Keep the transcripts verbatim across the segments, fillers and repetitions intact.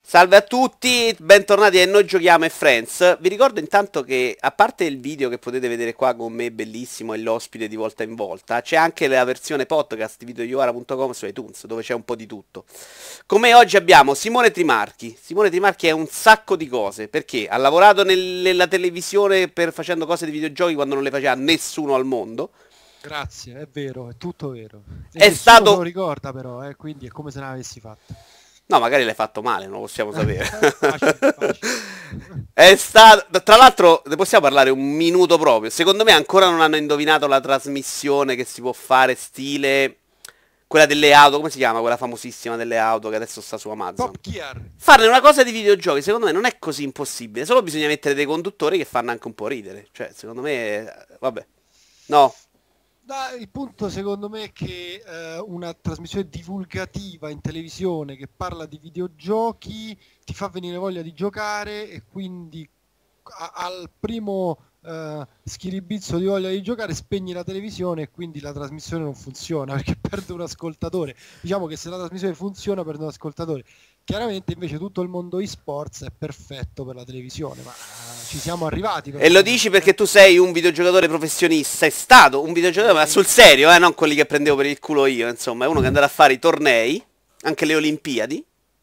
Salve a tutti, bentornati a Noi Giochiamo e Friends. Vi ricordo intanto che, a parte il video che potete vedere qua con me, bellissimo, e l'ospite di volta in volta, c'è anche la versione podcast di videoiuara punto com su iTunes, dove c'è un po' di tutto. Con me oggi abbiamo Simone Trimarchi. Simone Trimarchi è un sacco di cose, perché ha lavorato nel- nella televisione per facendo cose di videogiochi quando non le faceva nessuno al mondo. Grazie, è vero, è tutto vero. E È nessuno se lo stato... ricorda però, eh, quindi è come se ne avessi fatta. No, magari l'hai fatto male, non lo possiamo sapere. Facile, facile. È stato. Tra l'altro, ne possiamo parlare un minuto proprio. Secondo me ancora non hanno indovinato la trasmissione che si può fare stile. Quella delle auto, come si chiama? Quella famosissima delle auto che adesso sta su Amazon. Top Gear. Farne una cosa di videogiochi, secondo me non è così impossibile. Solo bisogna mettere dei conduttori che fanno anche un po' ridere. Cioè, secondo me. Vabbè. No. Da- il punto secondo me è che eh, una trasmissione divulgativa in televisione che parla di videogiochi ti fa venire voglia di giocare e quindi a- al primo eh, schiribizzo di voglia di giocare spegni la televisione e quindi la trasmissione non funziona perché perde un ascoltatore. Diciamo che se la trasmissione funziona perde un ascoltatore. Chiaramente invece tutto il mondo e-sports è perfetto per la televisione, ma eh, ci siamo arrivati E lo però. dici perché tu sei un videogiocatore professionista, sei stato un videogiocatore, ma sul serio, eh, non quelli che prendevo per il culo io, insomma, è uno che andrà a fare i tornei, anche le Olimpiadi.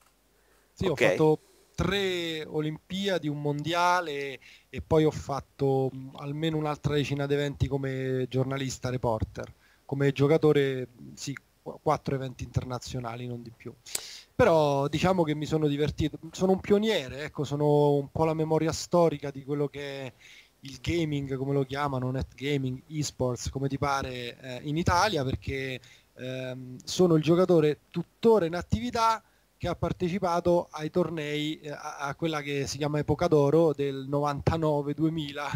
Sì, ho Ok. fatto tre Olimpiadi, un mondiale e poi ho fatto mh, almeno un'altra decina di eventi come giornalista, reporter. Come giocatore, mh, sì, qu- quattro eventi internazionali, non di più. Però diciamo che mi sono divertito. Sono un pioniere, ecco, sono un po' la memoria storica di quello che è il gaming, come lo chiamano, net gaming, esports, come ti pare, eh, in Italia, perché ehm, sono il giocatore tuttora in attività che ha partecipato ai tornei, eh, a, a quella che si chiama Epoca d'Oro del novantanove duemila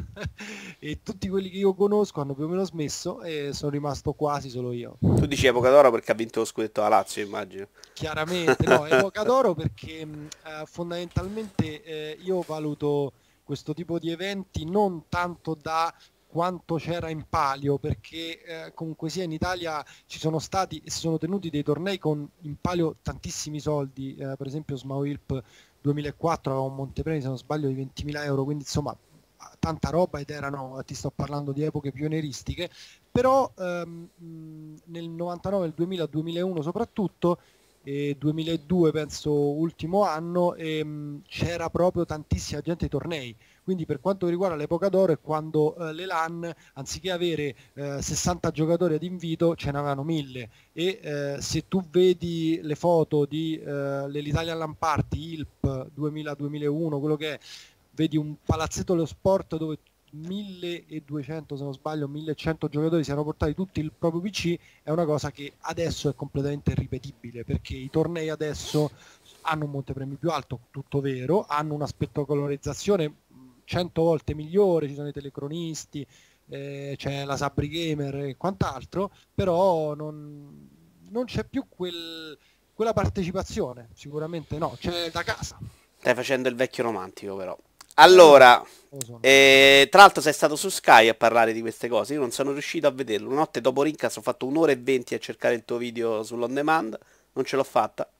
e tutti quelli che io conosco hanno più o meno smesso e sono rimasto quasi solo io. Tu dici epoca d'oro perché ha vinto lo scudetto alla Lazio, immagino. Chiaramente, no, Epoca d'Oro perché mh, eh, fondamentalmente eh, io valuto questo tipo di eventi non tanto da quanto c'era in palio, perché eh, comunque sia in Italia ci sono stati e si sono tenuti dei tornei con in palio tantissimi soldi, eh, per esempio Smauilp duemilaquattro aveva un montepremi, se non sbaglio, di ventimila euro, quindi insomma tanta roba ed erano, ti sto parlando di epoche pionieristiche, però ehm, mh, nel novantanove, nel duemila, duemilauno soprattutto, e duemiladue penso ultimo anno, ehm, c'era proprio tantissima gente ai tornei. Quindi per quanto riguarda l'epoca d'oro è quando eh, le LAN, anziché avere eh, sessanta giocatori ad invito, ce n'avevano mille. E eh, se tu vedi le foto di eh, l'Italian LAN Party, I L P duemila-duemilauno, quello che è, vedi un palazzetto dello sport dove milleduecento, se non sbaglio, millecento giocatori si erano portati tutti il proprio P C, è una cosa che adesso è completamente irripetibile perché i tornei adesso hanno un montepremi più alto, tutto vero, hanno una spettacolarizzazione cento volte migliore, ci sono i telecronisti, eh, c'è la Sabri Gamer e quant'altro, però non, non c'è più quel, quella partecipazione, sicuramente no, c'è da casa. Stai facendo il vecchio romantico, però. Eh, lo so, Allora, lo so. eh, tra l'altro sei stato su Sky a parlare di queste cose. Io non sono riuscito a vederlo. Una notte dopo Rincas ho fatto un'ora e venti a cercare il tuo video sull'on demand. Non ce l'ho fatta.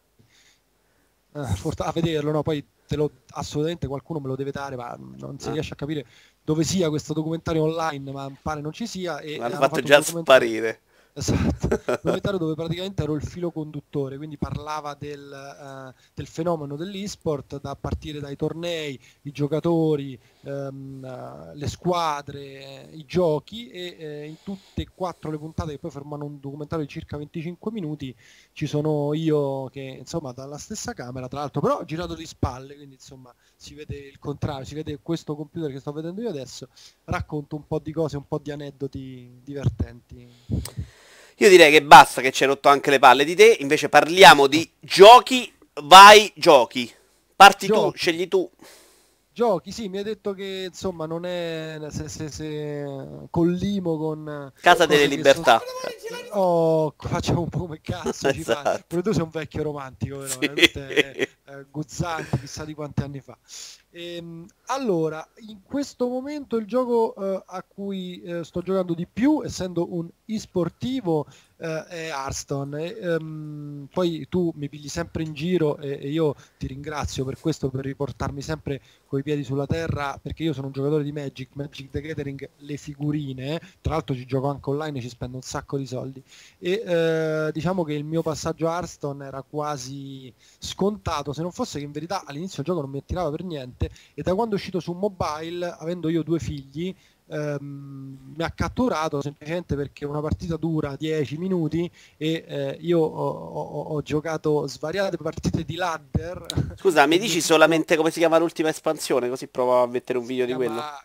Eh, fort- a vederlo, no? Poi te lo, assolutamente qualcuno me lo deve dare, ma non si Ah, riesce a capire dove sia questo documentario online, ma pare non ci sia, e l'hanno hanno fatto fatto un già documentario. sparire. Esatto, un documentario dove praticamente ero il filo conduttore, quindi parlava del, eh, del fenomeno dell'e-sport da partire dai tornei, i giocatori, ehm, eh, le squadre, eh, i giochi e eh, in tutte e quattro le puntate che poi formano un documentario di circa venticinque minuti ci sono io che insomma dalla stessa camera, tra l'altro però ho girato di spalle, quindi insomma si vede il contrario, si vede questo computer che sto vedendo io adesso, racconto un po' di cose, un po' di aneddoti divertenti. Io direi che basta, che ci hai rotto anche le palle di te. Invece parliamo di giochi. Vai, giochi. Parti tu, Giochi, scegli tu. giochi, sì, mi hai detto che insomma non è se, se, se collimo con Casa delle cose che sono. libertà. Oh, facciamo un po' come cazzo ci pare. Esatto. Pure tu sei un vecchio romantico, però, Sì. eh? Questo è eh, Guzzanti, chissà di quanti anni fa. Ehm, allora, in questo momento il gioco eh, a cui eh, sto giocando di più, essendo un e-sportivo, eh, è Hearthstone. E, ehm, ehm, poi tu mi pigli sempre in giro e, e io ti ringrazio per questo, per riportarmi sempre coi piedi sulla terra, perché io sono un giocatore di Magic, Magic the Gathering, le figurine, tra l'altro ci gioco anche online, ci spendo un sacco di soldi e eh, diciamo che il mio passaggio a Hearthstone era quasi scontato, se non fosse che in verità all'inizio il gioco non mi attirava per niente e da quando è uscito su mobile, avendo io due figli, ehm, mi ha catturato semplicemente perché una partita dura dieci minuti e eh, io ho, ho- ho giocato svariate partite di ladder Scusa, mi con mio dici figlio. solamente come si chiama l'ultima espansione? Così provo a mettere un Si video di quello. chiama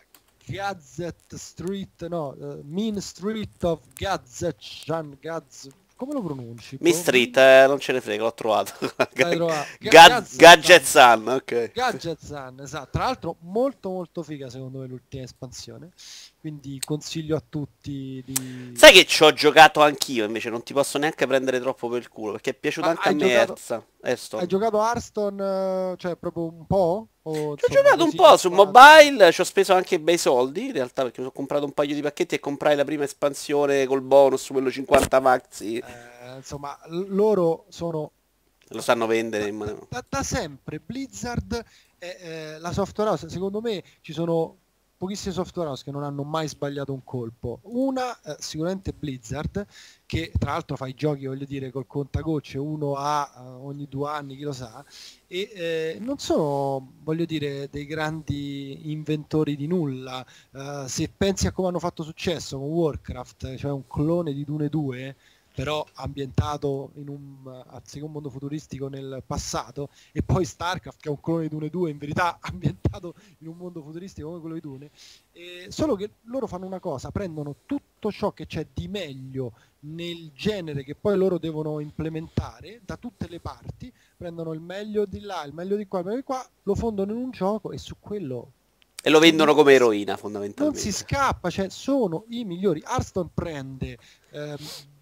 Gazette Street, no, eh, Mean Street of Gazette, Gaz, come lo pronunci? Boh, Mistreet, Mean- eh, non ce ne frega, l'ho trovato. L'hai trovato? Ga- Ga- Gazette Gadget Sun, ok. Gadget Sun, esatto. Tra l'altro molto molto figa secondo me l'ultima espansione, quindi consiglio a tutti Sai di... che ci ho giocato anch'io, invece non ti posso neanche prendere troppo per il culo, perché è piaciuto Ma anche a hai me giocato, Hearthstone. hai Hearthstone. giocato Hearthstone, eh, cioè proprio un po'? O Ci ho insomma giocato un così po' su quasi? mobile, ci ho speso anche bei soldi, in realtà perché mi sono comprato un paio di pacchetti e comprai la prima espansione col bonus, quello cinquanta maxi. Eh, insomma, l- loro sono Lo sanno vendere da, in da- mano. da- da sempre Blizzard è eh, la software house. Secondo me ci sono pochissime software house che non hanno mai sbagliato un colpo. Una, eh, sicuramente Blizzard, che tra l'altro fa i giochi, voglio dire, col contagocce, uno a eh, ogni due anni, chi lo sa, e eh, non sono, voglio dire, dei grandi inventori di nulla. Eh, se pensi a come hanno fatto successo con Warcraft, cioè un clone di Dune due, però ambientato in un, anziché un mondo futuristico nel passato, e poi StarCraft, che è un clone di Dune due, in verità ambientato in un mondo futuristico come quello di Dune, eh, solo che loro fanno una cosa, prendono tutto ciò che c'è di meglio nel genere che poi loro devono implementare da tutte le parti, prendono il meglio di là, il meglio di qua, il meglio di qua, lo fondono in un gioco e su quello E lo non, vendono non come si, eroina, non si fondamentalmente. scappa, cioè sono i migliori. Hearthstone prende ehm,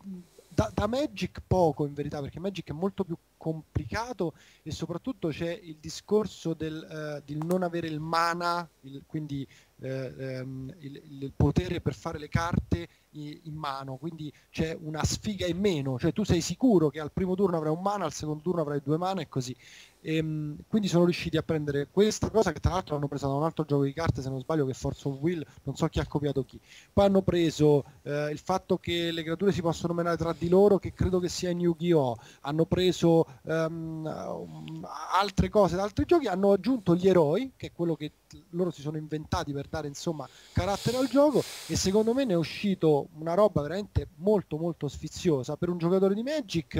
da, da Magic poco in verità, perché Magic è molto più complicato e soprattutto c'è il discorso del, eh, del non avere il mana, il- quindi eh, ehm, il, il potere per fare le carte i- in mano, quindi c'è una sfiga in meno, cioè tu sei sicuro che al primo turno avrai un mana, al secondo turno avrai due mana e così. Ehm, quindi sono riusciti a prendere questa cosa che tra l'altro hanno preso da un altro gioco di carte, se non sbaglio, che è Force of Will, non so chi ha copiato chi. Poi hanno preso eh, il fatto che le creature si possono menare tra di loro, che credo che sia in Yu-Gi-Oh! Hanno preso ehm, um, altre cose da altri giochi, hanno aggiunto gli eroi, che è quello che loro si sono inventati per dare insomma carattere al gioco, e secondo me ne è uscito una roba veramente molto molto sfiziosa per un giocatore di Magic.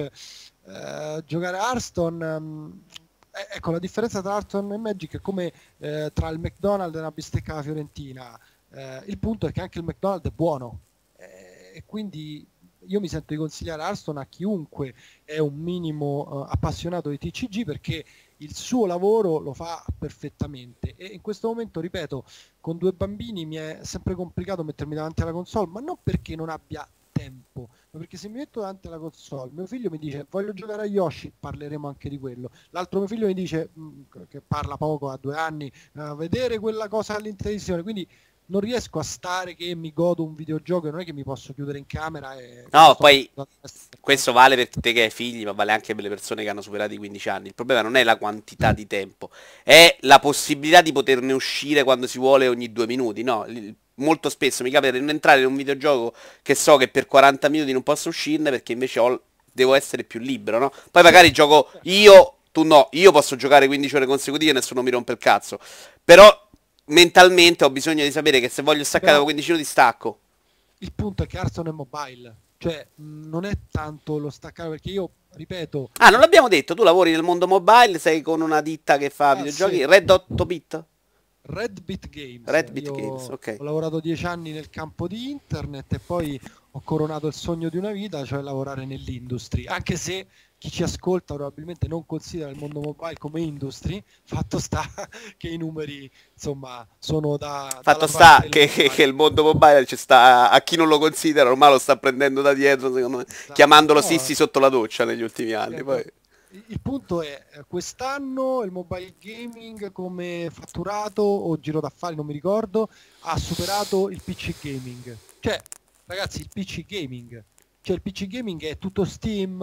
Eh, giocare a Hearthstone, ehm, eh, ecco, la differenza tra Hearthstone e Magic è come eh, tra il McDonald's e una bistecca alla fiorentina. Eh, il punto è che anche il McDonald's è buono, eh, e quindi io mi sento di consigliare Hearthstone a chiunque è un minimo eh, appassionato di T C G, perché il suo lavoro lo fa perfettamente, e in questo momento, ripeto, con due bambini mi è sempre complicato mettermi davanti alla console, ma non perché non abbia tempo, ma perché se mi metto davanti alla console, mio figlio mi dice voglio giocare a Yoshi, parleremo anche di quello. L'altro mio figlio mi dice, mh, che parla poco, ha due anni, a vedere quella cosa in televisione, quindi non riesco a stare che mi godo un videogioco, e non è che mi posso chiudere in camera e quando No, sto poi facendo la questo vale per te che hai figli, ma vale anche per le persone che hanno superato i quindici anni. Il problema non è la quantità di tempo, è la possibilità di poterne uscire quando si vuole ogni due minuti. No, L- molto spesso mi capita di non entrare in un videogioco che so che per quaranta minuti non posso uscirne perché invece ho- devo essere più libero, no? Poi magari certo, gioco certo. io, tu no, io posso giocare quindici ore consecutive e nessuno mi rompe il cazzo. Però mentalmente ho bisogno di sapere che se voglio Sì, staccare però dopo quindici minuti stacco. il punto è che Hearthstone è mobile, cioè mh, non è tanto lo staccare, perché io, ripeto, Ah, non l'abbiamo detto, tu lavori nel mondo mobile, sei con una ditta che fa ah sì, videogiochi, Red otto bit? Red Bit Games, Red Bit io Games, ho ok. lavorato dieci anni nel campo di internet e poi ho coronato il sogno di una vita, cioè lavorare nell'industry, anche se chi ci ascolta probabilmente non considera il mondo mobile come industry, fatto sta che i numeri insomma sono da, Fatto dalla parte sta del che, che- che mobile. il mondo mobile ci sta, a chi non lo considera, ormai lo sta prendendo da dietro, secondo me, Esatto, chiamandolo no, Sissi sotto la doccia negli ultimi anni, poi... ripeto, il il punto è, eh, quest'anno il mobile gaming come fatturato o giro d'affari, non mi ricordo, ha superato il P C gaming. Cioè, ragazzi, il P C gaming, cioè il P C gaming è tutto Steam,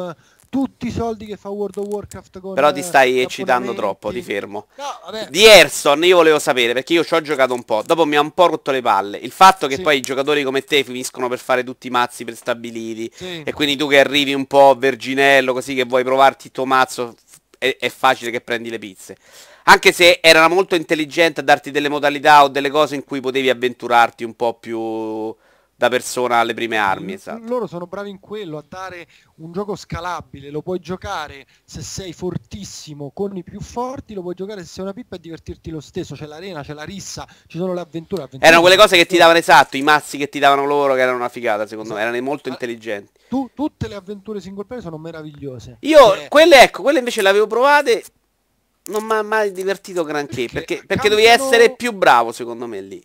tutti i soldi che fa World of Warcraft con Però ti eh, stai gli eccitando troppo, ti abbonamenti. fermo. No, vabbè, Di Hearthstone io volevo sapere, perché io ci ho giocato un po', dopo mi ha un po' rotto le palle. Il fatto che sì, poi i giocatori come te finiscono per fare tutti i mazzi prestabiliti, sì. e quindi tu che arrivi un po' verginello, così che vuoi provarti il tuo mazzo, è, è facile che prendi le pizze. Anche se era molto intelligente a darti delle modalità o delle cose in cui potevi avventurarti un po' più da persona alle prime Sì, armi, l- esatto. loro sono bravi in quello, a dare un gioco scalabile, lo puoi giocare se sei fortissimo con i più forti, lo puoi giocare se sei una pippa e divertirti lo stesso, c'è l'arena, c'è la rissa, ci sono le avventure, le avventure Erano sono quelle cose che ti meravigliose. davano esatto, i mazzi che ti davano loro, che erano una figata, secondo me, Esatto. erano molto Ah, intelligenti. tu- tutte le avventure single player sono meravigliose, Io, cioè, quelle, ecco, quelle invece le avevo provate, non mi ha mai divertito granché, perché perché, perché dovevi essere cambiano. più bravo, secondo me, lì.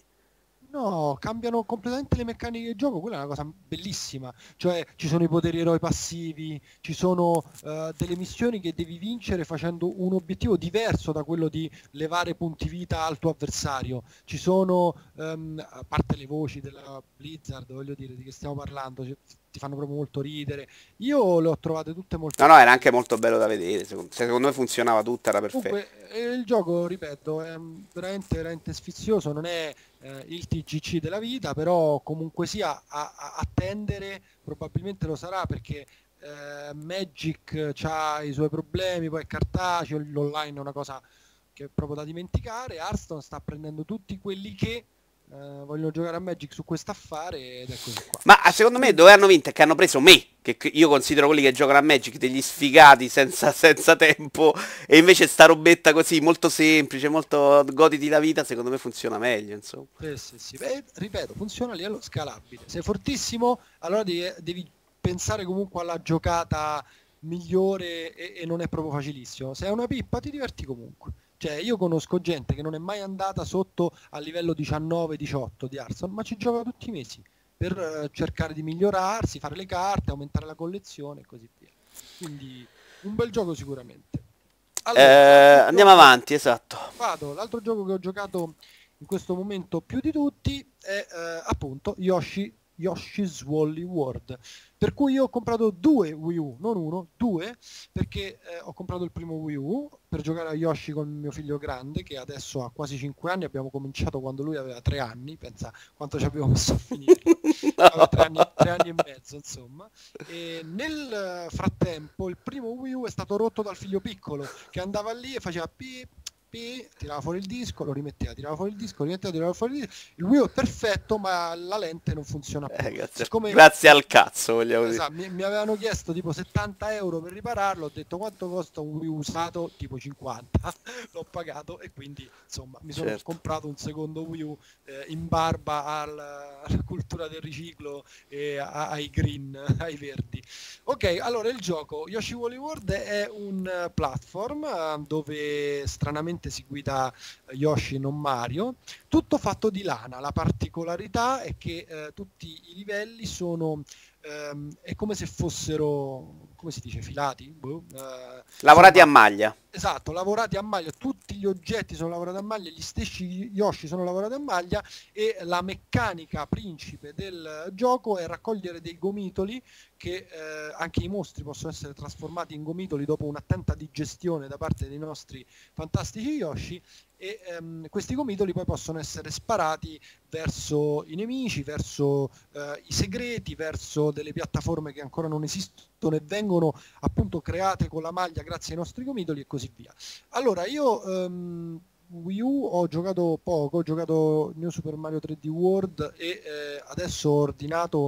No, cambiano completamente le meccaniche di gioco, quella è una cosa bellissima, cioè ci sono i poteri eroi passivi, ci sono eh, delle missioni che devi vincere facendo un obiettivo diverso da quello di levare punti vita al tuo avversario, ci sono, ehm, a parte le voci della Blizzard, voglio dire, di che stiamo parlando, ci- ti fanno proprio molto ridere, io le ho trovate tutte molto No, no, era belle. anche molto bello da vedere, secondo, secondo me funzionava tutta, era perfetto. Comunque, eh, il gioco, ripeto, è veramente, veramente sfizioso, non è eh, il T G C della vita, però comunque sia a, a- a tendere probabilmente lo sarà perché eh, Magic ha i suoi problemi, poi è cartaceo, l'online è una cosa che è proprio da dimenticare, Hearthstone sta prendendo tutti quelli che eh, vogliono giocare a Magic su questo affare ed è così qua. Ma ah, secondo me Quindi, dove hanno vinto è che hanno preso me, che che io considero quelli che giocano a Magic degli sfigati senza, senza tempo, e invece sta robetta così, molto semplice, molto goditi la vita, secondo me funziona meglio, insomma. sì, sì, sì. Beh, ripeto, funziona a livello scalabile. Sei fortissimo, allora devi, devi pensare comunque alla giocata migliore e, e non è proprio facilissimo. Se è una pippa ti diverti comunque. Cioè, io conosco gente che non è mai andata sotto a livello diciannove diciotto di Hearthstone, ma ci gioca tutti i mesi per eh, cercare di migliorarsi, fare le carte, aumentare la collezione e così via. Quindi un bel gioco sicuramente. Eh, Allora, l'altro andiamo gioco avanti, esatto. Vado, l'altro gioco che ho giocato in questo momento più di tutti è eh, appunto Yoshi, Yoshi's Woolly World, per cui io ho comprato due Wii U, non uno, due, perché eh, ho comprato il primo Wii U per giocare a Yoshi con mio figlio grande, che adesso ha quasi cinque anni, abbiamo cominciato quando lui aveva tre anni, pensa quanto ci abbiamo messo a finirlo, aveva tre anni, tre anni e mezzo, insomma. E nel eh, frattempo il primo Wii U è stato rotto dal figlio piccolo che andava lì e faceva pip, pip, tirava fuori il disco, lo rimetteva, tirava fuori il disco, lo rimetteva, tirava fuori il disco. Il Wii U è perfetto, ma la lente non funziona più. Eh, grazie, Siccome grazie mi, al cazzo, vogliamo dire. esatto, mi, mi avevano chiesto tipo settanta euro per ripararlo, ho detto quanto costa un Wii U usato? Tipo cinquanta, l'ho pagato e quindi insomma mi sono Certo. comprato un secondo Wii U eh, in barba al- alla cultura del riciclo e a- ai green, ai verdi. Ok, allora il gioco Yoshi Woolly World è un eh, platform eh, dove stranamente si guida eh, Yoshi, non Mario, tutto fatto di lana. La particolarità è che eh, tutti i livelli sono ehm, è come se fossero, come si dice, filati? Boh, eh, Lavorati a insomma, maglia. esatto, lavorati a maglia, tutti gli oggetti sono lavorati a maglia, gli stessi Yoshi sono lavorati a maglia e la meccanica principe del gioco è raccogliere dei gomitoli che eh, anche i mostri possono essere trasformati in gomitoli dopo un'attenta digestione da parte dei nostri fantastici Yoshi e ehm, questi gomitoli poi possono essere sparati verso i nemici, verso eh, i segreti, verso delle piattaforme che ancora non esistono e vengono appunto create con la maglia grazie ai nostri gomitoli e così via. Allora io ehm, Wii U ho giocato poco, ho giocato New Super Mario tre D World e eh, adesso ho ordinato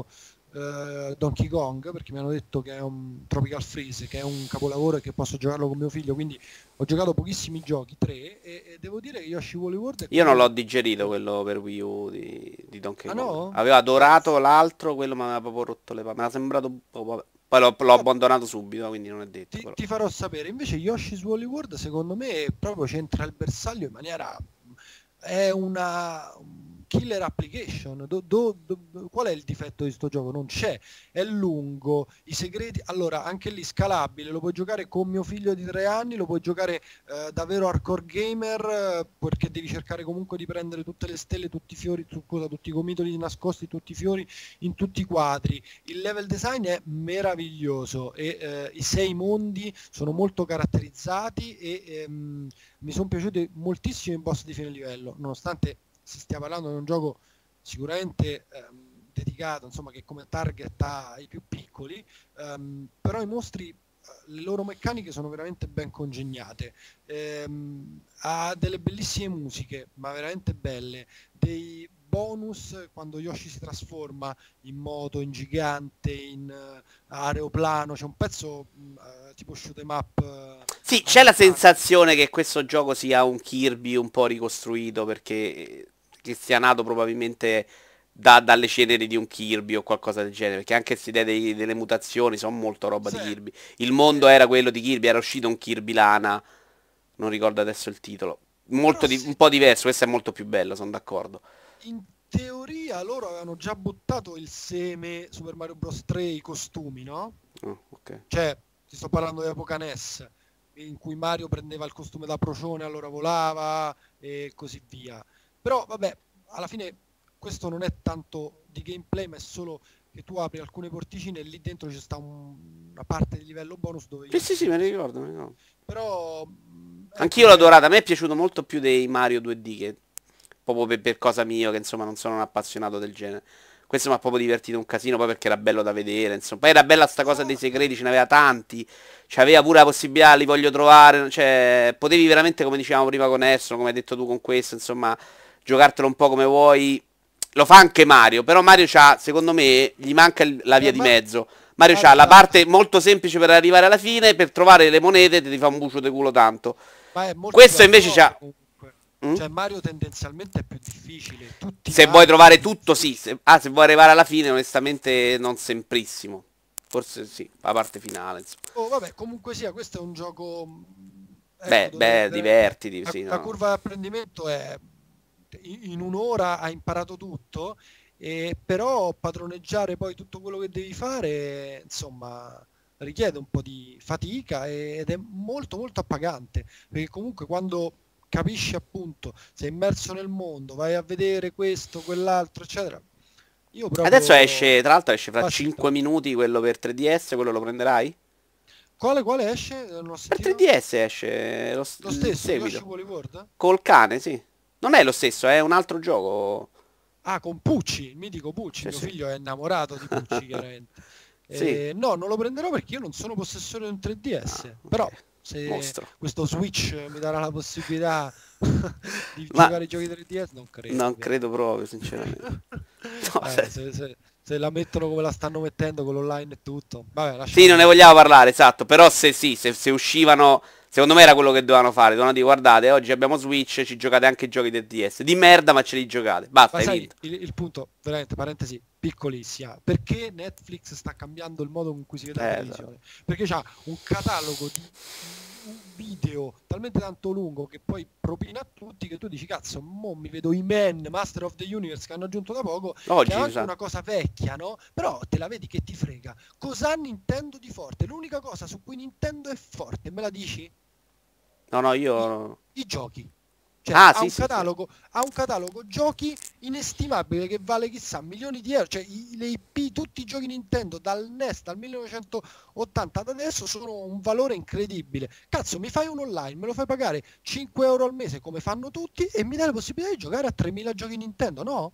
eh, Donkey Kong perché mi hanno detto che è un Tropical Freeze, che è un capolavoro e che posso giocarlo con mio figlio, quindi ho giocato pochissimi giochi, tre, e, e devo dire che Yoshi Woolly World è Io non l'ho quello. digerito quello per Wii U di, di Donkey Ah Kong. no? Avevo adorato l'altro, quello mi aveva proprio rotto le palle. Mi era sembrato un po'. Vabbè. Poi l'ho, l'ho Vabbè, abbandonato subito, quindi non è detto. ti, Però. ti farò sapere. Invece Yoshi's Woolly World secondo me proprio c'entra il bersaglio in maniera. È una, killer application. Do, do, do, qual è il difetto di sto gioco? Non c'è, è lungo, i segreti, allora anche lì scalabile, lo puoi giocare con mio figlio di tre anni, lo puoi giocare eh, davvero hardcore gamer, eh, perché devi cercare comunque di prendere tutte le stelle, tutti i fiori, tu, cosa, tutti i gomitoli nascosti, tutti i fiori in tutti i quadri. Il level design è meraviglioso e eh, i sei mondi sono molto caratterizzati e ehm, mi sono piaciuti moltissimo i boss di fine livello, nonostante si stia parlando di un gioco sicuramente ehm, dedicato, insomma, che come target ha i più piccoli, ehm, però i mostri, le loro meccaniche sono veramente ben congegnate, ehm, ha delle bellissime musiche, ma veramente belle, dei bonus quando Yoshi si trasforma in moto, in gigante, in uh, aeroplano, c'è un pezzo uh, tipo shoot 'em up. Uh, Sì, c'è la sensazione che questo gioco sia un Kirby un po' ricostruito perché che sia nato probabilmente da- dalle ceneri di un Kirby o qualcosa del genere, perché anche queste idee dei- delle mutazioni sono molto roba Sì, di Kirby. Il mondo era quello di Kirby, era uscito un Kirby Lana, non ricordo adesso il titolo. però Molto di- sì, un po' diverso, questo è molto più bello, sono d'accordo. in teoria loro avevano già buttato il seme Super Mario Bros. tre, i costumi, no? Oh, ok. Cioè, ti sto parlando di Epoca N E S, in cui Mario prendeva il costume da procione, allora volava e così via. Però, vabbè, alla fine questo non è tanto di gameplay, ma è solo che tu apri alcune porticine e lì dentro ci sta un- una parte di livello bonus dove Sì, io sì, si sì, me ne trasforma. ricordo, me ne ricordo. Però, mh, ecco, Anch'io l'ho c'è... adorata, a me è piaciuto molto più dei Mario due D, che proprio per, per cosa mio, che insomma non sono un appassionato del genere. Questo mi ha proprio divertito un casino, poi perché era bello da vedere, insomma. Poi era bella sta cosa dei Esatto. segreti, ce n'aveva tanti, c'aveva pure la possibilità, li voglio trovare, cioè, potevi veramente, come dicevamo prima con Erson, come hai detto tu con questo, insomma, giocartelo un po' come vuoi. Lo fa anche Mario, però Mario c'ha, secondo me, gli manca il- la via Eh, di ma... mezzo. Mario c'ha Mario la c'ha... parte molto semplice per arrivare alla fine, per trovare le monete ti fa un bucio di culo tanto. Ma è molto più Questo invece hardcore c'ha... comunque. Mm? Cioè Mario tendenzialmente è più difficile. Tutti i Se vuoi Mario sono trovare più tutto, sì. difficili. Se... Ah, se vuoi arrivare alla fine, onestamente, non semprissimo. Forse sì, la parte finale, insomma. Oh, vabbè, comunque sia, questo è un gioco, mh, ecco, Beh, dove beh, veramente divertiti, la, sì, la no. curva di apprendimento è in in un'ora hai imparato tutto, e però padroneggiare poi tutto quello che devi fare, insomma, richiede un po' di fatica e- ed è molto molto appagante, perché comunque quando capisci appunto, sei immerso nel mondo, vai a vedere questo, quell'altro, eccetera, io Adesso proprio esce, tra l'altro esce fra cinque basito. minuti quello per tre D S, quello lo prenderai? Quale, quale esce? Non ho Per sentito. tre D S esce lo s- Lo il stesso, Yoshi seguito. Woolly World? Col cane, sì. Non è lo stesso, è un altro gioco. Ah, con Pucci, il mitico Pucci, Sì, mio sì. figlio è innamorato di Pucci, chiaramente. Sì. Eh, no, non lo prenderò perché io non sono possessore di un Ah, tre D S, ok. però se Mostro. questo Switch mi darà la possibilità di Ma giocare ai giochi tre D S, non credo, non credo ovviamente. proprio, sinceramente. No, Eh, se, se- se la mettono come la stanno mettendo con l'online e tutto, vabbè, sì, lasciamo non ne perdere. vogliamo parlare, esatto. Però se sì, se, se uscivano, secondo me era quello che dovevano fare. Dovevano dire, guardate, oggi abbiamo Switch, ci giocate anche i giochi del D S. Di merda, ma ce li giocate. Basta, Ma hai sai, vinto. il, il punto, veramente, parentesi piccolissima, perché Netflix sta cambiando il modo con cui si vede la Eh, esatto. televisione? Perché c'ha un catalogo di video talmente tanto lungo che poi propina a tutti che tu dici, cazzo, mo mi vedo i Men, Master of the Universe che hanno aggiunto da poco, che è Oggi, anche sa. una cosa vecchia, no? Però te la vedi che ti frega. Cos'ha Nintendo di forte? L'unica cosa su cui Nintendo è forte, me la dici? No, no, I, io... i giochi. Cioè, Ah, ha sì, un sì, sì. catalogo, ha un catalogo giochi inestimabile che vale chissà milioni di euro. Cioè, i- le I P, tutti i giochi Nintendo dal N E S, dal millenovecentottanta ad adesso sono un valore incredibile. Cazzo, mi fai un online, me lo fai pagare cinque euro al mese come fanno tutti e mi dai la possibilità di giocare a tremila giochi Nintendo, no?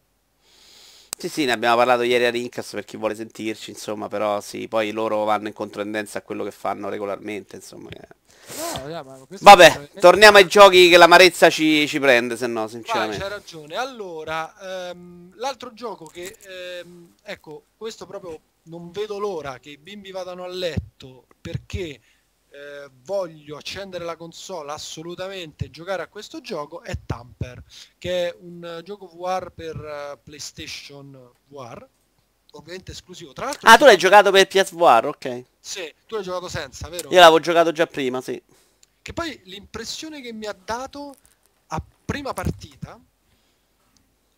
Sì, sì, ne abbiamo parlato ieri a Rincast per chi vuole sentirci, insomma, però sì, poi loro vanno in controtendenza a quello che fanno regolarmente, insomma. che- No, yeah, ma questo Vabbè, probabilmente torniamo ai sarà... giochi che l'amarezza ci, ci prende, se no, Vai, c'hai sinceramente. ragione. Allora, ehm, l'altro gioco che, ehm, ecco, questo proprio non vedo l'ora che i bimbi vadano a letto perché eh, voglio accendere la console assolutamente e giocare a questo gioco è Tamper, che è un eh, gioco V R per eh, PlayStation V R, ovviamente esclusivo. Tra l'altro Ah, tu l'hai giocato... giocato per P S V R, ok. Sì, tu l'hai giocato senza, Io vero? l'avevo giocato già prima, sì. Che poi l'impressione che mi ha dato a prima partita è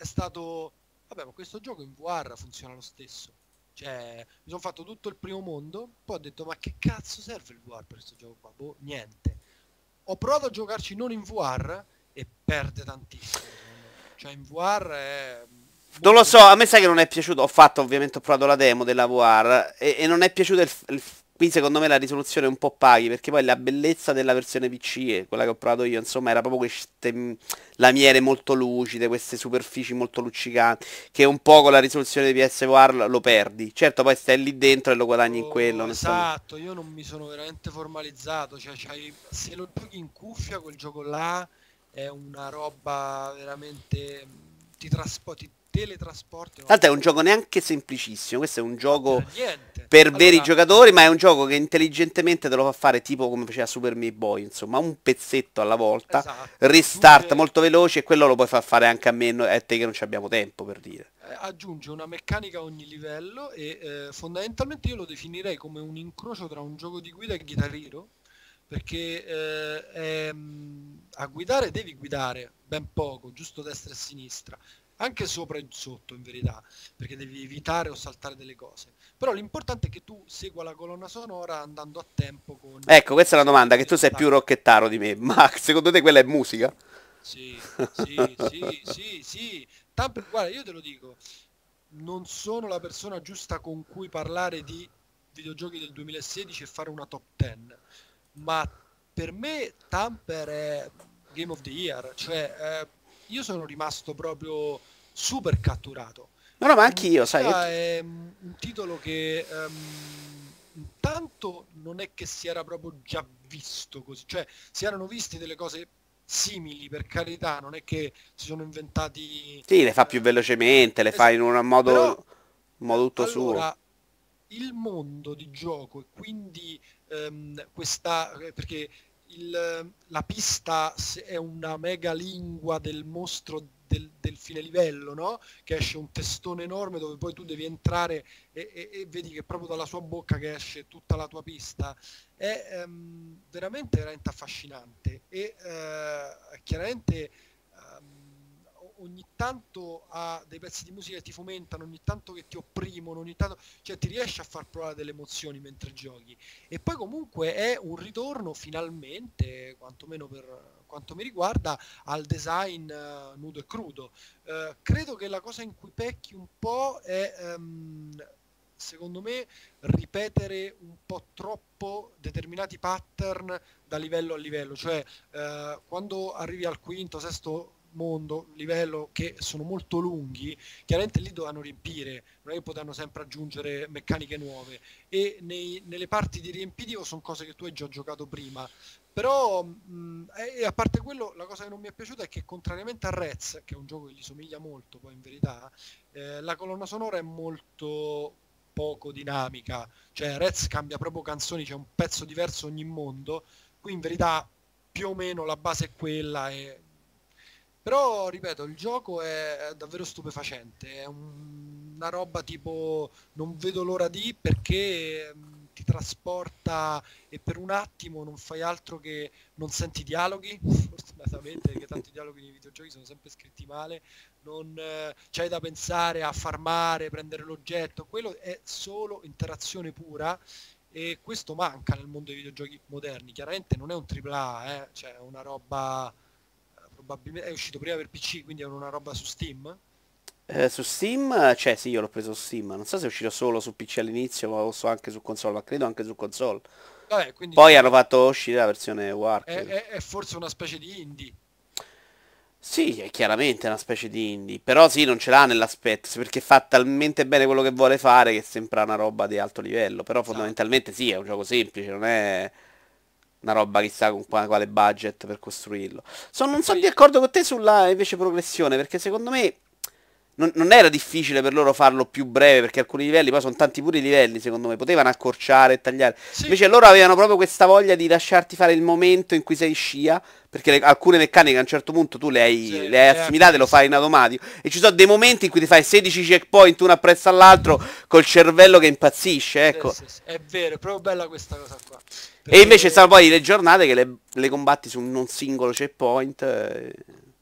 è stato, vabbè, ma questo gioco in V R funziona lo stesso. Cioè, mi sono fatto tutto il primo mondo, poi ho detto, ma che cazzo serve il V R per questo gioco qua? Boh, niente. Ho provato a giocarci non in V R e perde tantissimo, secondo me. Cioè, in V R è Non lo molto so, a meglio. me sai che non è piaciuto, ho fatto ovviamente, ho provato la demo della V R e, e non è piaciuto il, il- qui secondo me la risoluzione è un po' paghi, perché poi la bellezza della versione P C, e quella che ho provato io, insomma, era proprio queste mh, lamiere molto lucide, queste superfici molto luccicanti, che un po' con la risoluzione di P S V R lo perdi. Certo, poi stai lì dentro e lo guadagni in quello, Oh, onestamente. esatto, io non mi sono veramente formalizzato, cioè c'hai- se lo giochi in cuffia quel gioco là è una roba veramente mm, ti, traspo- ti teletrasporti in Tanto è un'altra un gioco dimensione. neanche semplicissimo, questo è un No, per gioco niente. per veri Allora, giocatori, ma è un gioco che intelligentemente te lo fa fare tipo come faceva Super Meat Boy, insomma, un pezzetto alla volta, esatto, restart aggiunge, molto veloce e quello lo puoi far fare anche a me no- e a te che non ci abbiamo tempo per dire. eh, aggiunge una meccanica a ogni livello e eh, fondamentalmente io lo definirei come un incrocio tra un gioco di guida e Guitar Hero, perché eh, è, mm, a guidare devi guidare ben poco, giusto destra e sinistra, anche sopra e sotto in verità, perché devi evitare o saltare delle cose. Però l'importante è che tu segua la colonna sonora andando a tempo con Ecco, i questa è la domanda, dispositivi che di tu sei più contatto. rocchettaro di me, ma secondo te quella è musica? Sì, sì, sì, sì, sì. Tanto, guarda, io te lo dico, non sono la persona giusta con cui parlare di videogiochi del duemilasedici e fare una top dieci, ma per me Tamper è Game of the Year, cioè eh, io sono rimasto proprio super catturato. No, no, ma anche io, Comunque sai, io... sia, è mm, un titolo che ehm, intanto non è che si era proprio già visto così, cioè si erano visti delle cose simili, per carità, non è che si sono inventati sì, le fa più eh, velocemente, le fa esa- in un modo, però un modo eh, tutto suo. allora il mondo di gioco e quindi ehm, questa eh, perché il- la pista se- è una mega lingua del mostro del, del fine livello, no? Che esce un testone enorme dove poi tu devi entrare e, e- e vedi che proprio dalla sua bocca che esce tutta la tua pista. È ehm, veramente, veramente affascinante e eh, chiaramente ehm, o- ogni tanto ha dei pezzi di musica che ti fomentano, ogni tanto che ti opprimono, ogni tanto, cioè ti riesce a far provare delle emozioni mentre giochi. E poi comunque è un ritorno finalmente, quantomeno per quanto mi riguarda, al design eh, nudo e crudo. Eh, credo che la cosa in cui pecchi un po' è, ehm, secondo me, ripetere un po' troppo determinati pattern da livello a livello, cioè eh, quando arrivi al quinto, sesto mondo, livello che sono molto lunghi, chiaramente lì dovranno riempire, non è che potranno sempre aggiungere meccaniche nuove e nei- nelle parti di riempitivo sono cose che tu hai già giocato prima. Però, mh, e a parte quello, la cosa che non mi è piaciuta è che contrariamente a Rez, che è un gioco che gli somiglia molto, poi in verità, eh, la colonna sonora è molto poco dinamica, cioè Rez cambia proprio canzoni, c'è un pezzo diverso ogni mondo, qui in verità più o meno la base è quella e... Però, ripeto, il gioco è davvero stupefacente, è un- una roba tipo non vedo l'ora di perché mh, ti trasporta e per un attimo non fai altro che non senti dialoghi, fortunatamente perché tanti dialoghi nei videogiochi sono sempre scritti male, non eh, c'hai da pensare a farmare, prendere l'oggetto, quello è solo interazione pura e questo manca nel mondo dei videogiochi moderni. Chiaramente non è un tripla A, eh, cioè è una roba eh, probabilmente è uscito prima per P C, quindi è una roba su Steam. Eh, su Steam, cioè sì, io l'ho preso su Steam, non so se è uscito solo su P C all'inizio, ma lo so anche su console, ma credo anche su console. Vabbè, quindi Poi hanno diciamo fatto uscire la versione V R, è, credo. è- è forse una specie di indie. Sì, è chiaramente una specie di indie, però sì, non ce l'ha nell'aspetto, sì, perché fa talmente bene quello che vuole fare che sembra una roba di alto livello, però Esatto. fondamentalmente sì, è un gioco semplice, non è una roba chissà con qua- quale budget per costruirlo. Sono, E non sono poi di accordo con te sulla invece progressione, perché secondo me non, non era difficile per loro farlo più breve, perché alcuni livelli, poi sono tanti pure i livelli, secondo me, potevano accorciare e tagliare. sì, Invece loro avevano proprio questa voglia di lasciarti fare il momento in cui sei scia, perché le- alcune meccaniche a un certo punto tu le sì, hai, le hai le hai assimilate, lo fai apprese. in automatico, e ci sono dei momenti in cui ti fai sedici checkpoint uno appresso all'altro col cervello che impazzisce, Sì, ecco. sì, sì. È vero, è proprio bella questa cosa qua. E invece sono Perché poi le giornate che le, le combatti su un non singolo checkpoint. eh.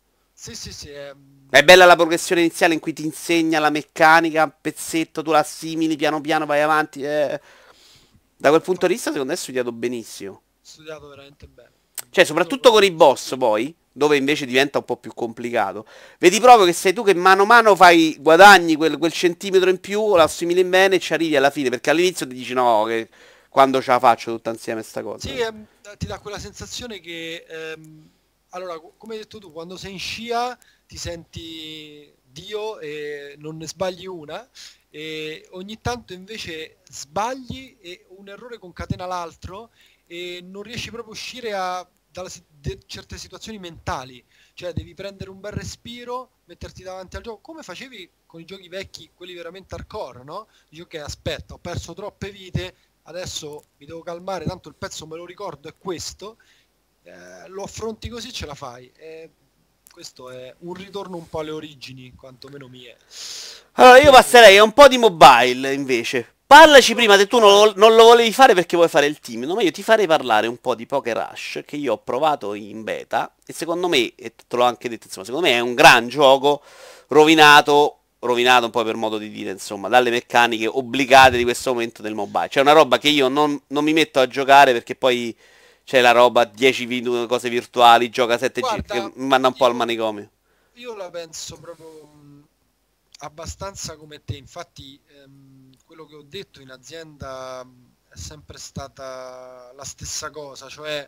Sì, sì, sì, è... È bella la progressione iniziale in cui ti insegna la meccanica, un pezzetto, tu la assimili, piano piano vai avanti. eh. Da quel punto di fatto vista, secondo me è studiato benissimo. studiato veramente bene. Cioè, Io soprattutto con i boss, poi, dove invece diventa un po' più complicato. Vedi proprio che sei tu che mano a mano fai, guadagni quel, quel centimetro in più, lo assimili bene e ci arrivi alla fine. Perché all'inizio ti dici no, che quando ce la faccio tutta insieme sta cosa. sì, ehm, ti dà quella sensazione che, ehm, allora, co- come hai detto tu, quando sei in scia ti senti Dio e non ne sbagli una, e ogni tanto invece sbagli e un errore concatena l'altro e non riesci proprio a uscire a- da certe situazioni mentali, cioè devi prendere un bel respiro, metterti davanti al gioco, come facevi con i giochi vecchi, quelli veramente hardcore, no? Dici ok, aspetta, ho perso troppe vite, adesso mi devo calmare, tanto il pezzo me lo ricordo, è questo, eh, lo affronti così ce la fai. E questo è un ritorno un po' alle origini, quantomeno mie. Allora, io E passerei a un po' di mobile, invece. Parlaci prima, se tu non vai. lo, non lo volevi fare perché vuoi fare il timido, ma io ti farei parlare un po' di Poker Rush, che io ho provato in beta, e secondo me, e te l'ho anche detto, insomma, secondo me è un gran gioco rovinato, rovinato un po' per modo di dire, insomma, dalle meccaniche obbligate di questo momento del mobile. Cioè, una roba che io non, non mi metto a giocare perché poi c'è la roba dieci vi- cose virtuali, gioca sette G, che Guarda, mi manda un po' al io, manicomio. io la penso proprio mh, abbastanza come te, infatti ehm, quello che ho detto in azienda mh, è sempre stata la stessa cosa, cioè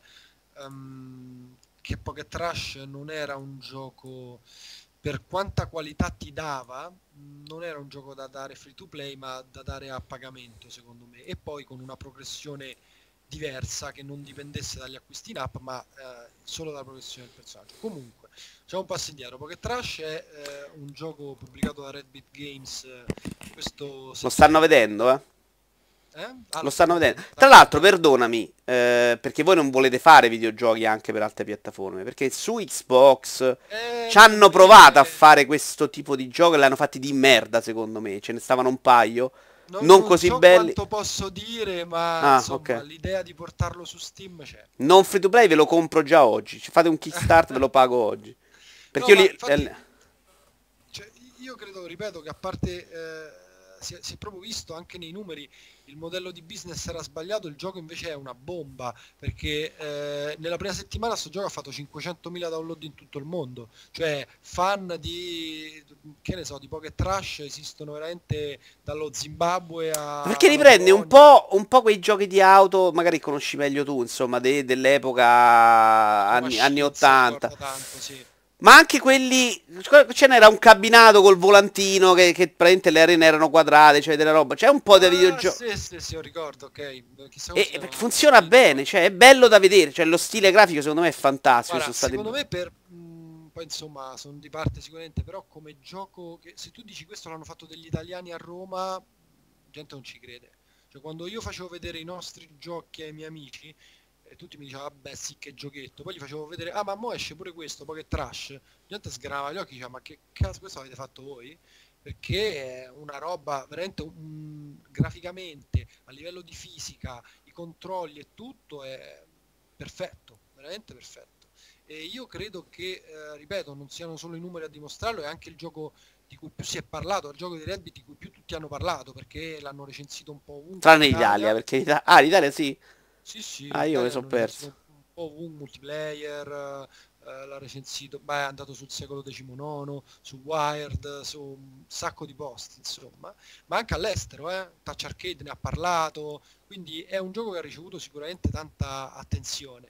ehm, che Pocket Trash non era un gioco, per quanta qualità ti dava, mh, non era un gioco da dare free to play, ma da dare a pagamento, secondo me, e poi con una progressione diversa che non dipendesse dagli acquisti in app, ma eh, solo dalla progressione del personaggio. Comunque, facciamo un passo indietro. Pocket Trash è eh, un gioco pubblicato da Red Beat Games eh, questo Lo stanno settembre. vedendo, eh? Eh? Ah, Lo lo stanno stanno vedendo. vedendo. Tra Dai, l'altro, dai. perdonami, eh, perché voi non volete fare videogiochi anche per altre piattaforme, perché su Xbox Eh, ci devo hanno provato a dire, fare questo tipo di gioco e l'hanno fatti di merda, secondo me. Ce ne stavano un paio, non, non non così so belli. quanto posso dire, ma Ah, insomma, ok. l'idea di portarlo su Steam c'è. Non free to play ve lo compro già oggi. Ci fate un kickstart, ve lo pago oggi. Perché No, io ma li... infatti eh, cioè, io credo, ripeto, che a parte eh, si, è, si è proprio visto anche nei numeri il modello di business era sbagliato, il gioco invece è una bomba perché eh, nella prima settimana sto gioco ha fatto cinquecentomila download in tutto il mondo, cioè fan di, che ne so, di Pocket Trash esistono veramente dallo Zimbabwe a- Perché alla riprende un Polonia. po', un po' quei giochi di auto, magari conosci meglio tu, insomma, de- dell'epoca Auto anni, anni Machines ottanta. ricorda tanto, sì. Ma anche quelli. Ce n'era un cabinato col volantino che, che praticamente le arene erano quadrate, cioè della roba. C'è un po' di Ah, videogioco. sì, sì, sì, ho ricordo, ok. Chissà come E si e perché chiama, funziona non mi bene, ricordo. cioè è bello da vedere. Cioè lo stile grafico secondo me è fantastico. Guarda, Sono stati. secondo me per... mh, poi insomma sono di parte sicuramente, però come gioco che se tu dici questo l'hanno fatto degli italiani a Roma, la gente non ci crede. Cioè quando io facevo vedere i nostri giochi ai miei amici, e tutti mi dicevano, vabbè sì che giochetto, poi gli facevo vedere, ah ma mo esce pure questo, poi che trash, la gente sgranava gli occhi, diceva, ma che cazzo questo avete fatto voi? Perché è una roba veramente un- graficamente, a livello di fisica, i controlli e tutto è perfetto, veramente perfetto. E io credo che, eh, ripeto, non siano solo i numeri a dimostrarlo, è anche il gioco di cui più si è parlato, il gioco di Red Bull di cui più tutti hanno parlato, perché l'hanno recensito un po' ovunque in Tranne l'Italia, Italia. perché in Ita- ah, l'Italia sì. Sì, sì, Ah, in io me Italia ne sono l'hanno recensito perso. un un po' ovunque, multiplayer, eh, l'ha recensito, beh, è andato sul secolo diciannove, su Wired, su un sacco di posti, insomma, ma anche all'estero, eh? Touch Arcade ne ha parlato, quindi è un gioco che ha ricevuto sicuramente tanta attenzione.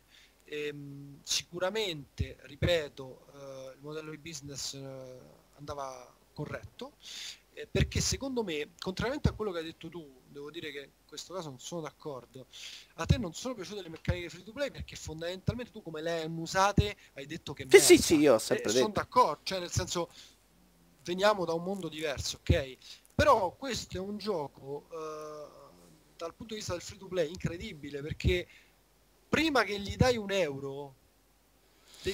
Ehm, sicuramente, ripeto, eh, il modello di business eh, andava corretto, eh, perché secondo me, contrariamente a quello che hai detto tu, devo dire che in questo caso non sono d'accordo, a te non sono piaciute le meccaniche free to play perché fondamentalmente tu come le hai usate hai detto che Sì, sì, sì, merda, io ho e sempre sono detto. d'accordo, cioè nel senso veniamo da un mondo diverso, ok? Però questo è un gioco eh, dal punto di vista del free to play incredibile perché prima che gli dai un euro devi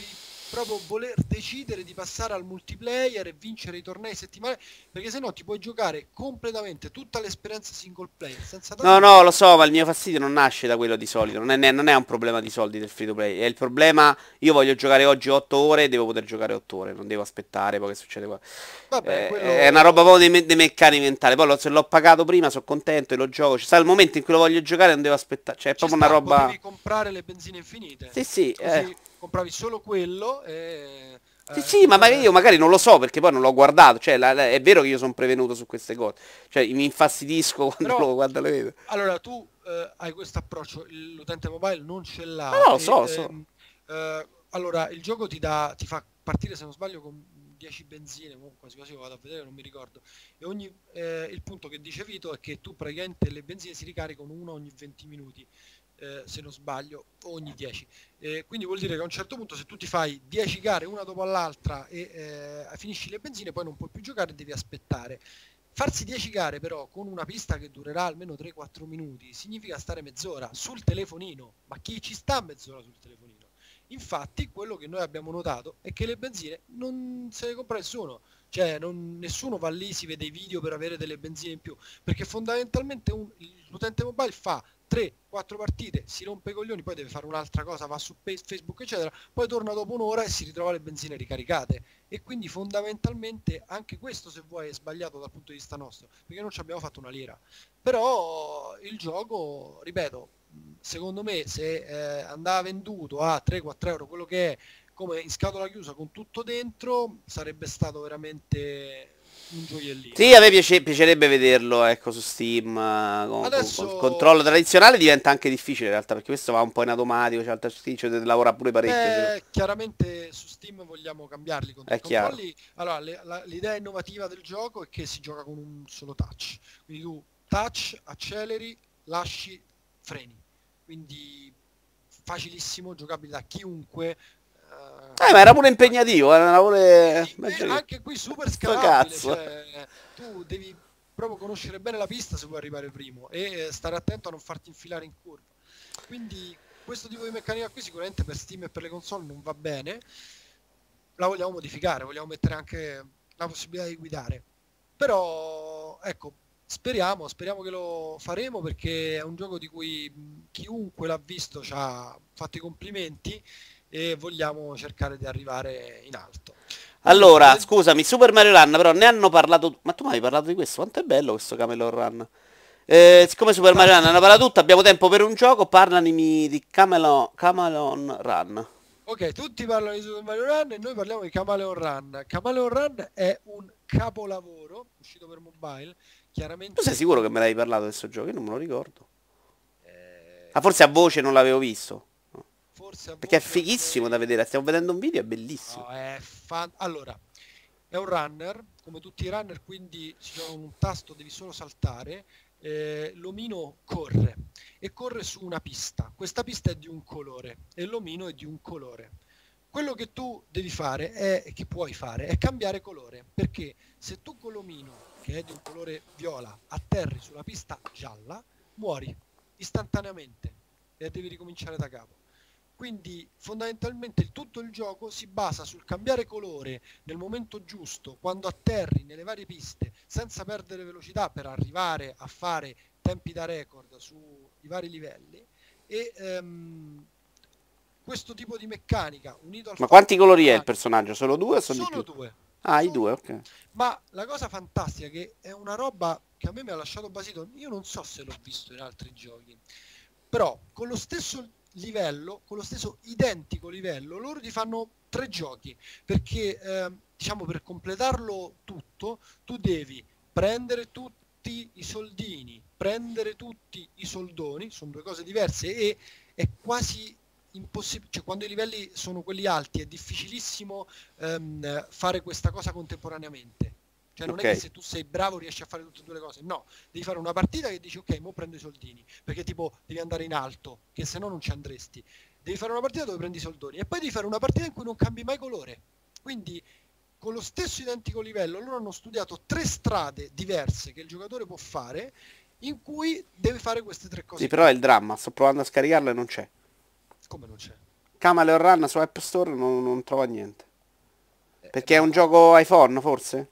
proprio voler decidere di passare al multiplayer e vincere i tornei settimanali, perché se no ti puoi giocare completamente tutta l'esperienza single player senza No, togliere no, lo niente. so, ma il mio fastidio non nasce da quello di solito, non è, non è un problema di soldi del free to play, è il problema, io voglio giocare oggi otto ore, devo poter giocare otto ore, non devo aspettare, poi che succede qua. Vabbè, Eh, È una quello roba proprio dei, me- dei meccanici mentali, poi lo- se l'ho pagato prima sono contento e lo gioco, ci sta il momento in cui lo voglio giocare e non devo aspettare, cioè è ci proprio una sta, roba... potevi comprare le benzine infinite, Sì, sì, eh. così compravi solo quello e Sì, eh, sì, ma tutto il magari io resto. magari non lo so perché poi non l'ho guardato, cioè la- la- è vero che io sono prevenuto su queste cose, cioè mi infastidisco quando Però lo, quando lo vedo. allora tu eh, hai questo approccio, l'utente mobile non ce Ma l'ha no, lo e so, lo so. ehm, eh, allora il gioco ti dà, ti fa partire se non sbaglio con dieci benzine, mo quasi quasi lo vado a vedere, non mi ricordo. E ogni, eh, il punto che dice Vito è che tu praticamente le benzine si ricaricano una ogni venti minuti, eh, se non sbaglio, o ogni dieci. Eh, quindi vuol dire che a un certo punto se tu ti fai dieci gare una dopo l'altra e eh, finisci le benzine, poi non puoi più giocare e devi aspettare. Farsi dieci gare però con una pista che durerà almeno tre quattro minuti significa stare mezz'ora sul telefonino. Ma chi ci sta mezz'ora sul telefonino? Infatti, quello che noi abbiamo notato è che le benzine non se le compra nessuno, cioè non- nessuno va lì, si vede i video per avere delle benzine in più, perché fondamentalmente un- l'utente mobile fa tre quattro partite, si rompe i coglioni, poi deve fare un'altra cosa, va su Face- Facebook eccetera, poi torna dopo un'ora e si ritrova le benzine ricaricate. E quindi fondamentalmente anche questo, se vuoi, è sbagliato dal punto di vista nostro, perché non ci abbiamo fatto una lira. Però il gioco, ripeto, secondo me se eh, andava venduto a tre quattro euro, quello che è, come in scatola chiusa con tutto dentro, sarebbe stato veramente un gioiellino. Sì, a me piace- piacerebbe vederlo, ecco, su Steam, eh, con, con- col Adesso, controllo tradizionale diventa anche difficile in realtà, perché questo va un po' in automatico, c'è altra cioè, deve lavorare pure parecchio, secondo- beh, chiaramente su Steam vogliamo cambiarli i è chiaro. controlli. Allora, le- la- l'idea innovativa del gioco è che si gioca con un solo touch. Quindi tu touch, acceleri, lasci, freni. Quindi facilissimo, giocabile da chiunque. eh, Eh, ma era pure impegnativo, era pure... sì, e Immagina che... anche qui super Sto scalabile, cazzo. cioè tu devi proprio conoscere bene la pista se vuoi arrivare primo e eh, stare attento a non farti infilare in curva. Quindi questo tipo di meccanica qui sicuramente per Steam e per le console non va bene, la vogliamo modificare, vogliamo mettere anche la possibilità di guidare. Però ecco, speriamo, speriamo che lo faremo perché è un gioco di cui mh, chiunque l'ha visto ci ha fatto i complimenti e vogliamo cercare di arrivare in alto. Comunque, Allora, de- scusami, Super Mario Run, però ne hanno parlato... Ma tu mi hai parlato di questo? Quanto è bello questo Camelot Run? Eh, è siccome Super Mario Run ne hanno fantastico. parlato tutto, abbiamo tempo per un gioco, parlami di Camelot, Camelon Run. Ok, tutti parlano di Super Mario Run e noi parliamo di Chameleon Run. Chameleon Run è un capolavoro uscito per mobile, Tu sei chiaramente sicuro che un... me l'hai parlato di questo gioco? Io non me lo ricordo. eh, Ah, forse a voce non l'avevo visto. No. forse a Perché è voce fighissimo da ok. vedere, stiamo vedendo un video, è bellissimo. No, è fan... Allora, è un runner, come tutti i runner, quindi si gioca con un tasto, devi solo saltare. Eh, l'omino corre e corre su una pista. Questa pista è di un colore e l'omino è di un colore. Quello che tu devi fare è, che puoi fare, è cambiare colore, perché se tu con l'omino, che è di un colore viola, atterri sulla pista gialla, muori istantaneamente e devi ricominciare da capo. Quindi fondamentalmente il- tutto il gioco si basa sul cambiare colore nel momento giusto, quando atterri nelle varie piste, senza perdere velocità per arrivare a fare tempi da record sui vari livelli. E ehm, questo tipo di meccanica, unito al Ma quanti fatto che colori è il rimane personaggio? Solo due o sono di solo più? due, Ah, i due, solo due. ok. Ma la cosa fantastica è che è una roba che a me mi ha lasciato basito, io non so se l'ho visto in altri giochi, però con lo stesso livello, con lo stesso identico livello, loro ti fanno tre giochi, perché eh, diciamo per completarlo tutto, tu devi prendere tutti i soldini, prendere tutti i soldoni, sono due cose diverse e è quasi impossibile, cioè quando i livelli sono quelli alti è difficilissimo ehm, fare questa cosa contemporaneamente. Cioè non è che Ok. se tu sei bravo riesci a fare tutte e due le cose, no, devi fare una partita che dici ok, mo prendo i soldini, perché tipo devi andare in alto, che se no non ci andresti. Devi fare una partita dove prendi i soldoni e poi devi fare una partita in cui non cambi mai colore. Quindi con lo stesso identico livello loro hanno studiato tre strade diverse che il giocatore può fare in cui deve fare queste tre Sì, cose però è qui. il dramma, sto provando a scaricarlo e non c'è. Come non c'è? Camaleon Run su App Store non, non trova niente. Eh, Perché è ma un gioco iPhone, forse?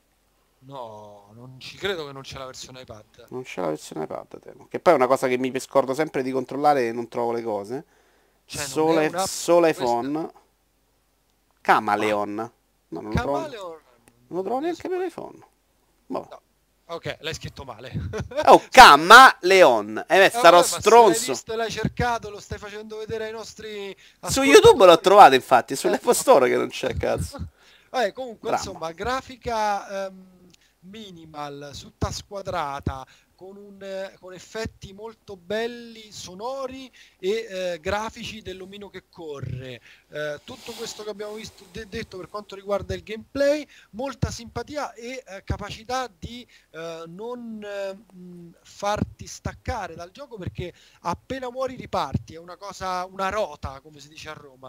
no, non ci credo che non c'è la versione iPad. Non c'è la versione iPad, temo. Che poi è una cosa che mi scordo sempre di controllare e non trovo le cose. Cioè, non è Solo, un'app solo questa? iPhone. Ma Camaleon. No, non lo trovo, non Camaleon lo non trovo ne neanche so. per iPhone. Boh. No. Ok, l'hai scritto male. Oh, Scusa. Camaleon. E me Eh, starò vabbè, ma se l'hai stronzo. visto e l'hai cercato, lo stai facendo vedere ai nostri Su YouTube l'ho ascoltatori. trovato, infatti, Eh, sull'Apple Store che non c'è, cazzo. appunto. Vabbè, comunque, Dramma. insomma, grafica ehm, minimal su squadrata con, un, eh, con effetti molto belli, sonori e eh, grafici dell'omino che corre. Eh, tutto questo che abbiamo visto de- detto per quanto riguarda il gameplay, molta simpatia e eh, capacità di eh, non eh, mh, farti staccare dal gioco, perché appena muori riparti, è una cosa, una rota, come si dice a Roma.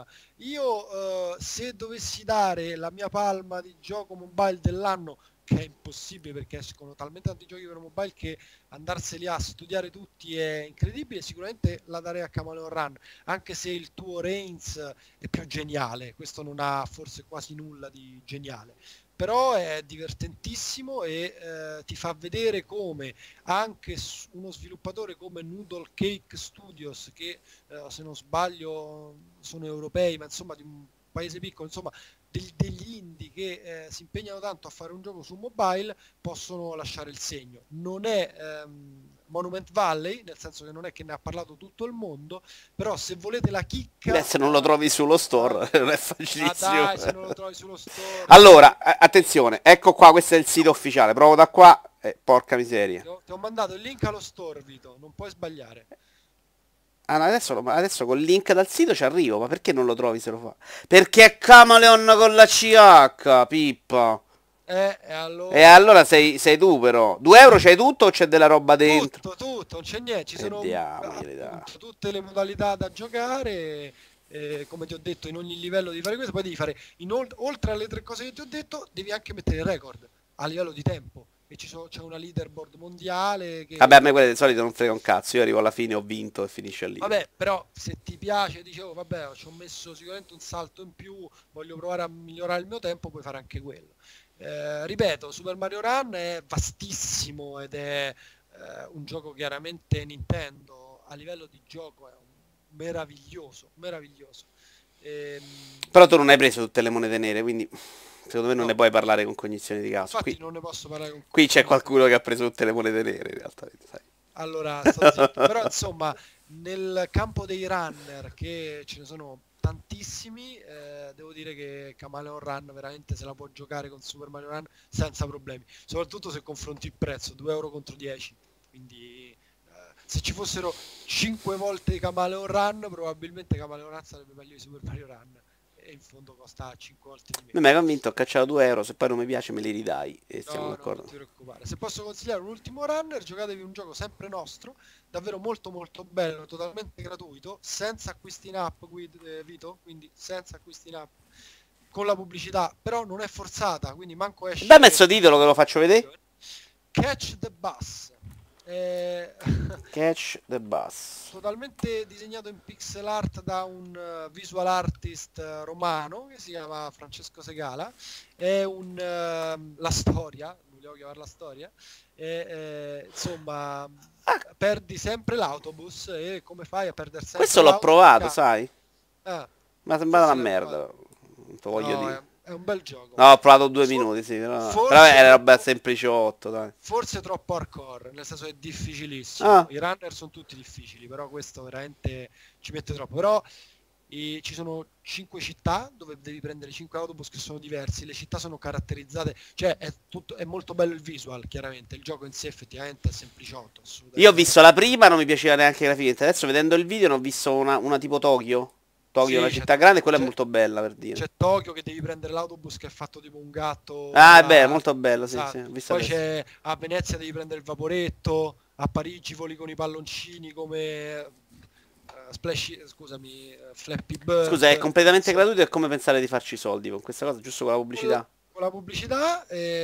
Io eh, se dovessi dare la mia palma di gioco mobile dell'anno, che è impossibile perché escono talmente tanti giochi per mobile che andarseli a studiare tutti è incredibile, sicuramente la darei a Camaleon Run, anche se il tuo Reigns è più geniale, questo non ha forse quasi nulla di geniale, però è divertentissimo e eh, ti fa vedere come anche uno sviluppatore come Noodle Cake Studios, che eh, se non sbaglio sono europei, ma insomma di un paese piccolo, insomma degli, degli indie che eh, si impegnano tanto a fare un gioco su mobile, possono lasciare il segno. Non è ehm, Monument Valley, nel senso che non è che ne ha parlato tutto il mondo, però se volete la Beh, chicca... se non lo Eh, trovi sullo ah, store non è ma facilissimo. dai, se non lo trovi sullo store... Allora, a- attenzione, ecco qua, questo è il sito ufficiale. Provo da qua. Eh, porca miseria. Ti ho, ti ho mandato il link allo store, Vito, non puoi sbagliare. Ah, no, adesso, lo- adesso col link dal sito ci arrivo, ma perché non lo trovi se lo fa? Perché è Camaleon con la C H, pippa. Eh, e E allora... allora sei, sei tu però. due euro c'hai tutto o c'è della roba dentro? Tutto, tutto, non c'è niente, ci E sono diamine, dai. appunto tutte le modalità da giocare, eh, come ti ho detto, in ogni livello devi fare questo, poi devi fare, in ol- oltre alle tre cose che ti ho detto, devi anche mettere il record a livello di tempo, e ci sono- c'è una leaderboard mondiale Vabbè, a che... me quelle di solito non frega un cazzo. Io arrivo alla fine, ho vinto e finisce lì. Vabbè, però se ti piace, dicevo, vabbè, ci ho messo sicuramente un salto in più, voglio provare a migliorare il mio tempo, puoi fare anche quello. Eh, ripeto, Super Mario Run è vastissimo ed è eh, un gioco chiaramente Nintendo, a livello di gioco è un meraviglioso, meraviglioso. Ehm, Però tu non hai preso tutte le monete nere, quindi secondo me non ne no, puoi parlare con cognizione di causa. infatti Qui, non ne posso parlare con qui c'è cognizione. qualcuno che ha preso tutte le monete nere, in realtà, sai. Allora, sto zitto. Però insomma, nel campo dei runner, che ce ne sono tantissimi, eh, devo dire che Camaleon Run veramente se la può giocare con Super Mario Run senza problemi, soprattutto se confronti il prezzo, due euro contro dieci. Quindi eh, se ci fossero cinque volte Camaleon Run, probabilmente Camaleon Run sarebbe meglio di Super Mario Run, e in fondo costa cinque volte di Non meno. mi hai convinto, ho cacciato due euro, se poi non mi piace me li ridai e stiamo No, no, non d'accordo. ti preoccupare. Se posso consigliare un ultimo runner, giocatevi un gioco sempre nostro, davvero molto molto bello, totalmente gratuito, senza acquisti in app, guid- eh, Vito, quindi senza acquisti in app, con la pubblicità, però non è forzata, quindi manco Dai esce... mezzo titolo che lo faccio vedere. Catch the Bus. Eh, Catch the Bus. totalmente disegnato in pixel art da un uh, visual artist uh, romano che si chiama Francesco Segala. È un uh, la storia, vogliamo chiamarla storia, e, eh, insomma Ah, perdi sempre l'autobus, e come fai a perdere sempre questo l'ho l'autobus? provato, Ah, sai? ah, Mi è sembrata forse una l'hai provato. merda, non te lo voglio No, è, dire. è un bel gioco. No, ho provato due For- minuti, sì, però, però forse era roba troppo sempliciotto, dai. Forse troppo hardcore, nel senso che è difficilissimo. Ah, I runner sono tutti difficili, però questo veramente ci mette troppo. Però eh, ci sono cinque città dove devi prendere cinque autobus che sono diversi. Le città sono caratterizzate, cioè è, tutto, è molto bello il visual, chiaramente. Il gioco in sé effettivamente è sempliciotto, io ho assolutamente. visto la prima, non mi piaceva neanche graficamente. Adesso vedendo il video ne ho visto una, una tipo Tokyo. Tokyo è una Sì, c'è, città grande e quella è c'è- molto bella, per dire. c'è Tokyo, che devi prendere l'autobus che è fatto tipo un gatto Ah, è bello, alla... molto bello, sì, sì, ho Esatto. visto Poi adesso. c'è a Venezia devi prendere il vaporetto, a Parigi voli con i palloncini come eh, Splash, scusami, eh, Flappy Scusa, è Bird. completamente Insomma, gratuito e come pensare di farci i soldi con questa cosa, giusto con la con la, pubblicità? con la pubblicità,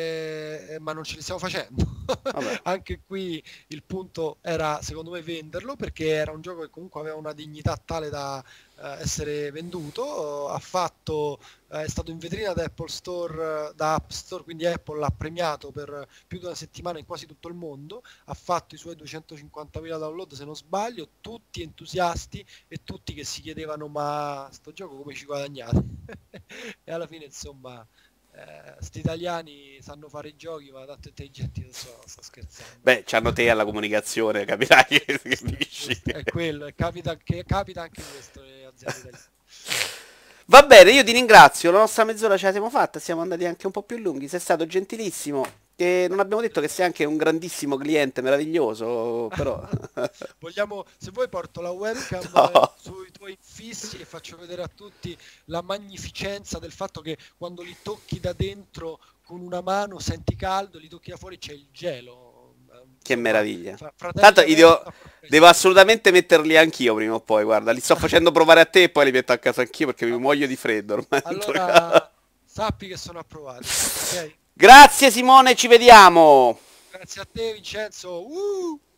eh, eh, ma non ce li stiamo facendo. Vabbè. Anche qui il punto era secondo me venderlo, perché era un gioco che comunque aveva una dignità tale da eh, essere venduto, ha fatto, eh, è stato in vetrina da Apple Store, eh, da App Store, quindi Apple l'ha premiato per più di una settimana in quasi tutto il mondo, ha fatto i suoi duecentocinquantamila download se non sbaglio, tutti entusiasti e tutti che si chiedevano ma sto gioco come ci guadagnate? E alla fine insomma eh, sti italiani sanno fare i giochi ma tanto intelligenti non so, sto scherzando. Beh, c'hanno te alla comunicazione, capirai che Giusto, capisci. giusto, è quello, e capita, che, capita anche questo nelle aziende italiane. Va bene, io ti ringrazio, la nostra mezz'ora ce la siamo fatta, siamo andati anche un po' più lunghi, sei stato gentilissimo e non abbiamo detto che sei anche un grandissimo cliente meraviglioso, però... Vogliamo, se vuoi porto la webcam eh, No. sui tuoi infissi e faccio vedere a tutti la magnificenza del fatto che quando li tocchi da dentro con una mano senti caldo, li tocchi da fuori c'è il gelo. Eh, Che Insomma, meraviglia. fra- Tanto fratelli io Averno devo, sta devo professional. assolutamente metterli anch'io prima o poi, guarda, li sto facendo provare a te e poi li metto a casa anch'io perché mi muoio di freddo ormai dentro casa. Allora, sappi che sono approvati, ok? Grazie Simone, ci vediamo. Grazie a te, Vincenzo. Uh!